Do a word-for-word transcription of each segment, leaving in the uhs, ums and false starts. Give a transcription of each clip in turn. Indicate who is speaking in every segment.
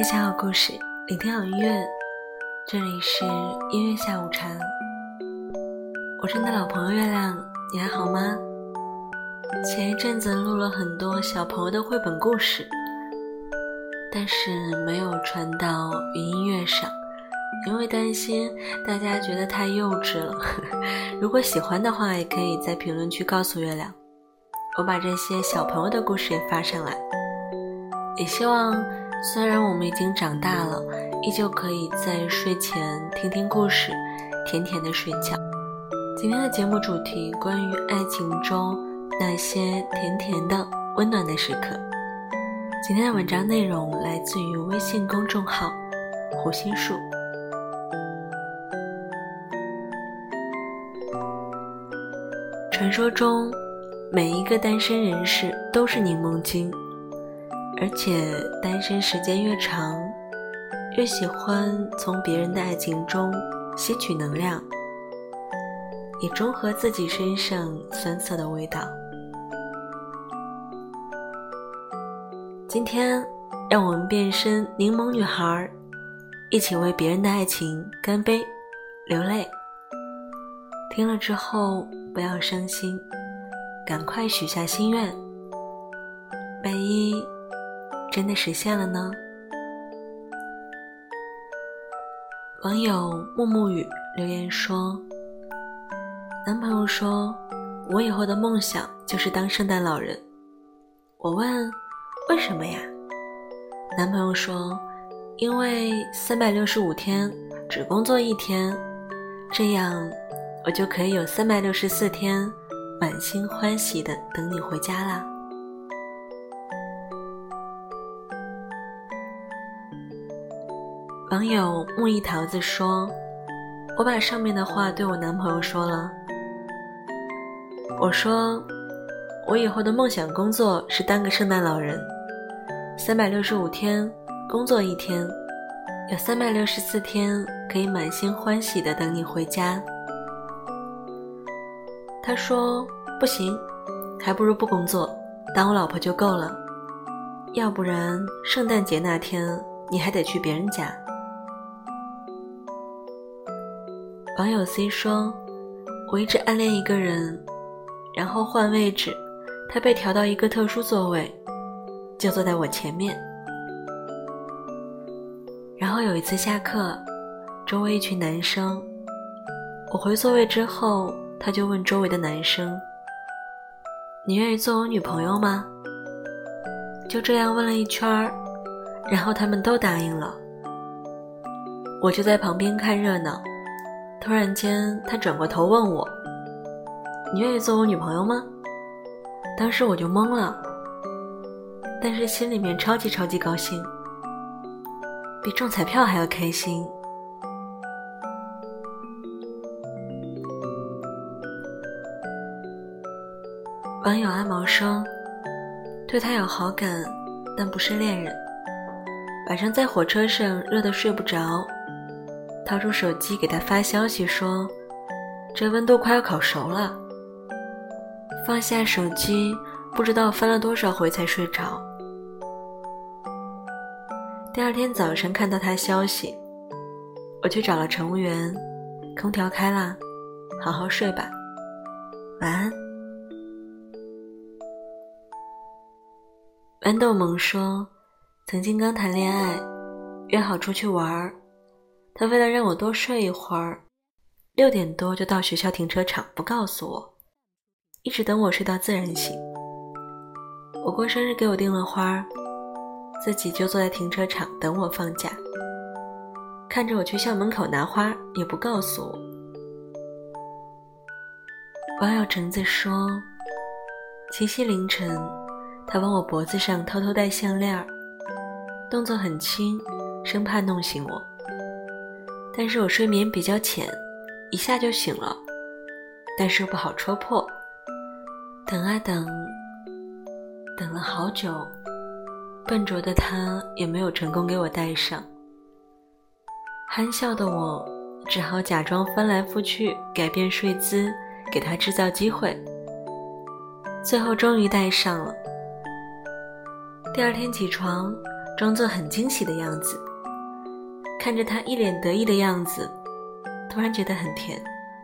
Speaker 1: 分享好故事，聆听好音乐，这里是音乐下午茶。我是你的老朋友月亮，你还好吗？前一阵子录了很多小朋友的绘本故事，但是没有传到云音乐上，因为担心大家觉得太幼稚了。如果喜欢的话，也可以在评论区告诉月亮，我把这些小朋友的故事也发上来。也希望虽然我们已经长大了，依旧可以在睡前听听故事，甜甜的睡觉。今天的节目主题关于爱情中那些甜甜的温暖的时刻。今天的文章内容来自于微信公众号胡心树。传说中每一个单身人士都是柠檬精，而且单身时间越长，越喜欢从别人的爱情中吸取能量，以中和自己身上酸涩的味道。今天让我们变身柠檬女孩，一起为别人的爱情干杯流泪。听了之后不要伤心，赶快许下心愿，万一真的实现了呢？网友木木雨留言说，男朋友说我以后的梦想就是当圣诞老人。我问为什么呀？男朋友说因为三百六十五天只工作一天，这样我就可以有三百六十四天满心欢喜地等你回家啦。网友木一桃子说，我把上面的话对我男朋友说了。我说我以后的梦想工作是当个圣诞老人，三百六十五天工作一天，有三百六十四天可以满心欢喜地等你回家。他说不行，还不如不工作，当我老婆就够了，要不然圣诞节那天你还得去别人家。网友 C 说，我一直暗恋一个人，然后换位置，他被调到一个特殊座位，就坐在我前面。然后有一次下课，周围一群男生，我回座位之后，他就问周围的男生，你愿意做我女朋友吗？就这样问了一圈，然后他们都答应了。我就在旁边看热闹，突然间他转过头问我，你愿意做我女朋友吗？当时我就懵了，但是心里面超级超级高兴，比中彩票还要开心。网友阿毛说，对他有好感，但不是恋人。晚上在火车上热得睡不着，掏出手机给他发消息说，这温度快要烤熟了。放下手机，不知道翻了多少回才睡着。第二天早上看到他消息，我去找了乘务员，空调开啦，好好睡吧，晚安。豌豆萌说，曾经刚谈恋爱，约好出去玩，他为了让我多睡一会儿，六点多就到学校停车场不告诉我，一直等我睡到自然醒。我过生日给我订了花，自己就坐在停车场等我放假，看着我去校门口拿花也不告诉我。网友橙子说，七夕凌晨他往我脖子上偷偷戴项链，动作很轻，生怕弄醒我。但是我睡眠比较浅，一下就醒了，但是又不好戳破。等啊等，等了好久，笨拙的他也没有成功给我戴上。憨笑的我只好假装翻来覆去，改变睡姿，给他制造机会。最后终于戴上了。第二天起床， 装作很惊喜的样子，看着他一脸得意的样子，突然觉得很甜。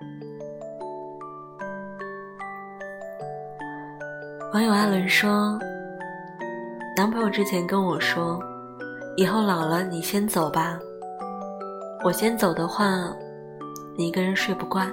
Speaker 1: 网友阿伦说，男朋友之前跟我说，以后老了你先走吧，我先走的话你一个人睡不惯。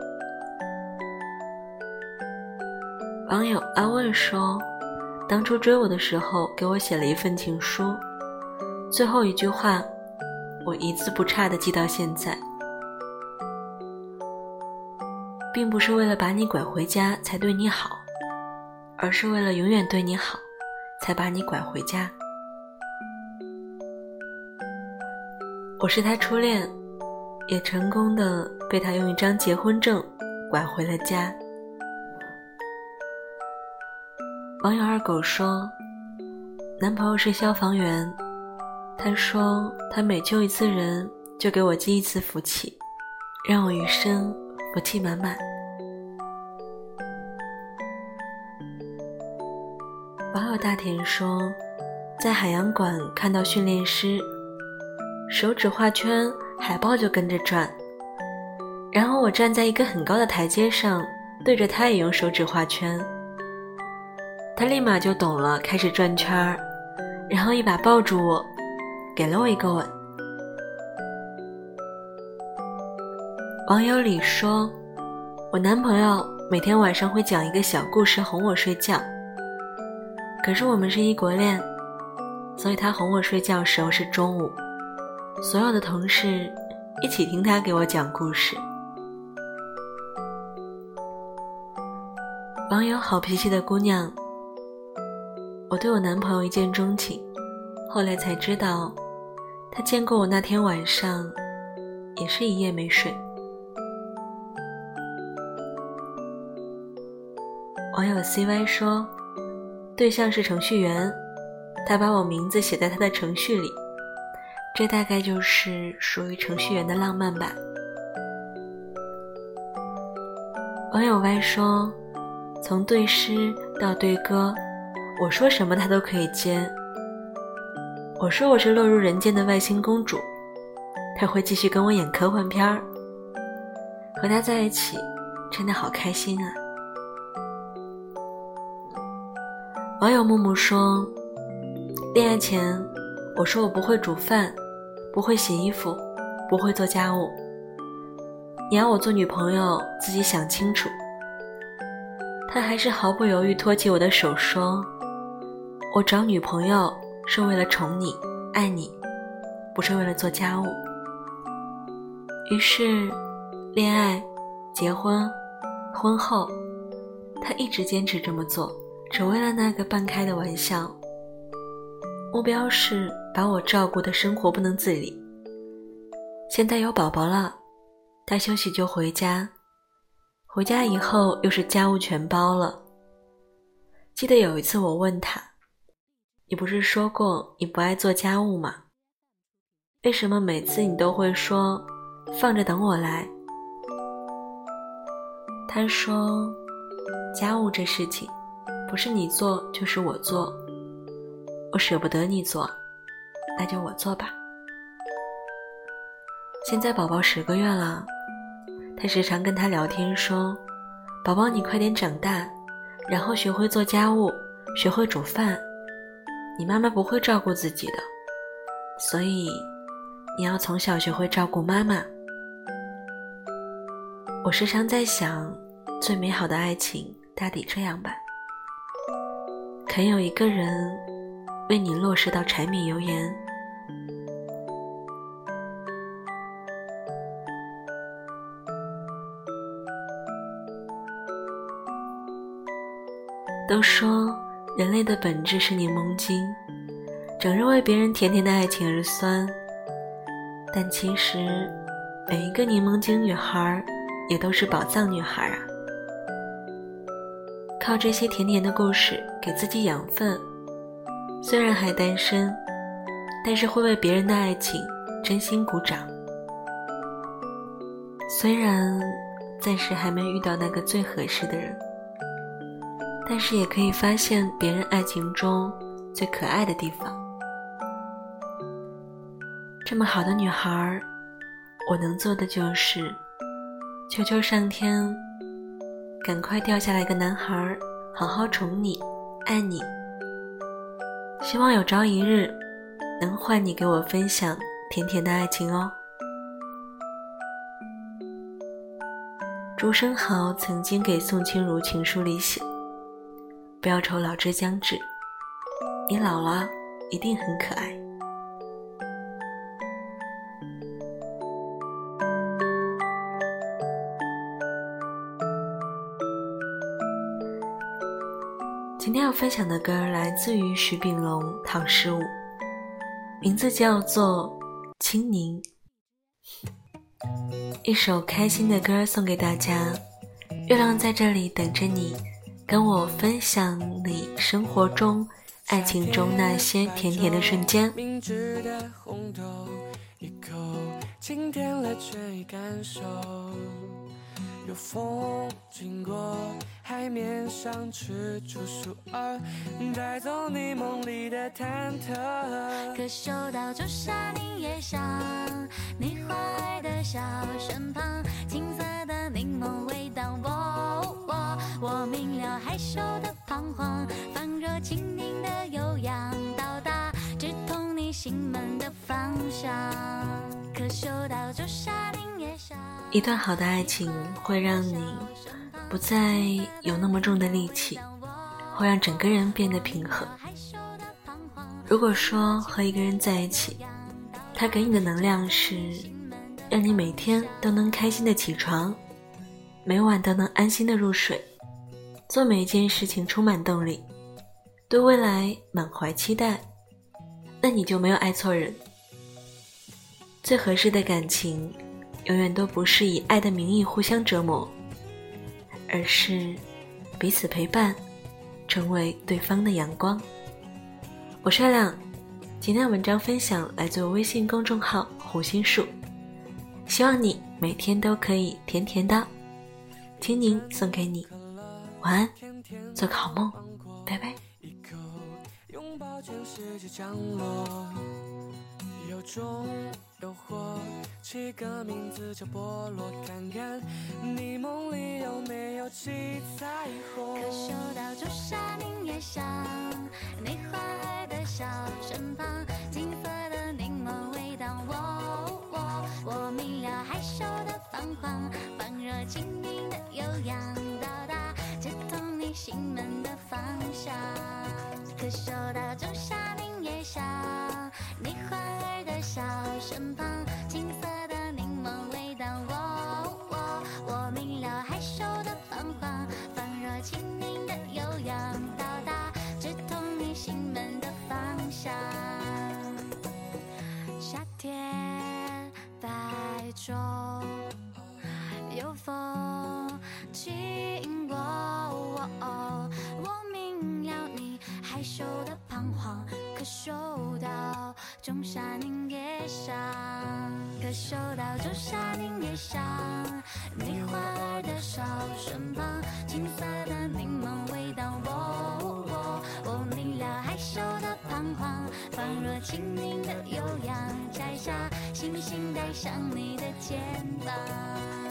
Speaker 1: 网友阿问说，当初追我的时候给我写了一份情书，最后一句话我一字不差地记到现在，并不是为了把你拐回家才对你好，而是为了永远对你好才把你拐回家。我是他初恋，也成功的被他用一张结婚证拐回了家。网友二狗说，男朋友是消防员，他说他每救一次人就给我积一次福气，让我余生福气满满。网友大田说，在海洋馆看到训练师手指画圈，海豹就跟着转，然后我站在一个很高的台阶上，对着他也用手指画圈，他立马就懂了，开始转圈儿，然后一把抱住我，给了我一个吻。网友李说，我男朋友每天晚上会讲一个小故事哄我睡觉，可是我们是异国恋，所以他哄我睡觉时候是中午，所有的同事一起听他给我讲故事。网友好脾气的姑娘，我对我男朋友一见钟情，后来才知道他见过我那天晚上也是一夜没睡。网友 C Y 说，对象是程序员，他把我名字写在他的程序里，这大概就是属于程序员的浪漫吧。网友 Y 说，从对诗到对歌，我说什么他都可以接。我说我是落入人间的外星公主，他会继续跟我演科幻片儿。和他在一起真的好开心啊。网友木木说，恋爱前我说我不会煮饭，不会洗衣服，不会做家务，你要我做女朋友自己想清楚。他还是毫不犹豫托起我的手说，我找女朋友是为了宠你爱你，不是为了做家务。于是恋爱结婚婚后，他一直坚持这么做，只为了那个半开的玩笑，目标是把我照顾的生活不能自理。现在有宝宝了，他休息就回家，回家以后又是家务全包了。记得有一次我问他，你不是说过你不爱做家务吗？为什么每次你都会说放着等我来？他说，家务这事情不是你做就是我做，我舍不得你做，那就我做吧。现在宝宝十个月了，他时常跟他聊天说，宝宝你快点长大，然后学会做家务，学会煮饭，你妈妈不会照顾自己的，所以你要从小学会照顾妈妈。我时常在想，最美好的爱情大抵这样吧，肯有一个人为你落实到柴米油盐。都说人类的本质是柠檬精，整日为别人甜甜的爱情而酸，但其实每一个柠檬精女孩也都是宝藏女孩啊。靠这些甜甜的故事给自己养分，虽然还单身，但是会为别人的爱情真心鼓掌。虽然暂时还没遇到那个最合适的人，但是也可以发现别人爱情中最可爱的地方。 这么好的女孩，我能做的就是求求上天赶快掉下来个男孩，好好宠你爱你。希望有朝一日能换你给我分享甜甜的爱情哦。朱生豪曾经给宋清如情书里写，不要愁老之将至，你老了一定很可爱。今天要分享的歌来自于徐秉龙、唐诗武，名字叫做《青柠》。一首开心的歌送给大家，月亮在这里等着你，跟我分享你生活中、爱情中那些甜甜的瞬间。明知的红豆一口清甜了却已感受，有风经过海面上吃出树儿，带走你梦里的忐忑。可嗅到朱砂柠叶香，你花儿的小身旁，金色的柠檬味道，我我我明了害羞的彷徨，放热轻盈的悠扬，到达直通你心门的方向。可嗅到朱砂柠叶香。一段好的爱情会让你不再有那么重的戾气，会让整个人变得平和。如果说和一个人在一起，他给你的能量是让你每天都能开心的起床，每晚都能安心的入睡，做每一件事情充满动力，对未来满怀期待，那你就没有爱错人。最合适的感情永远都不是以爱的名义互相折磨，而是彼此陪伴，成为对方的阳光。我是月亮，今天的文章分享来自微信公众号胡心树，希望你每天都可以甜甜的。青柠送给你，晚安，做个好梦，拜拜。一口拥抱全世界降落，有种诱惑，起个名字叫菠萝，看看你梦里有没有七彩虹。可嗅到朱砂柠叶香，你花儿的小身旁，金色的柠檬味道，我我我明了害羞的彷徨，放热轻盈的悠扬，到达直通你心门的方向。可嗅到朱砂柠叶香，你花儿的小身旁，金色的柠檬味道，我我我明了害羞的彷徨，放热轻盈的悠扬，到达直通你心门的方向。夏天白昼有风经过，我我明了你害羞的彷徨，可嗅到仲夏柠叶香，可嗅到仲夏柠叶香，你花儿的小身旁，金色的柠檬味道，我我我明了害羞的彷徨，放若轻盈的悠扬，摘下星星带上你的肩膀。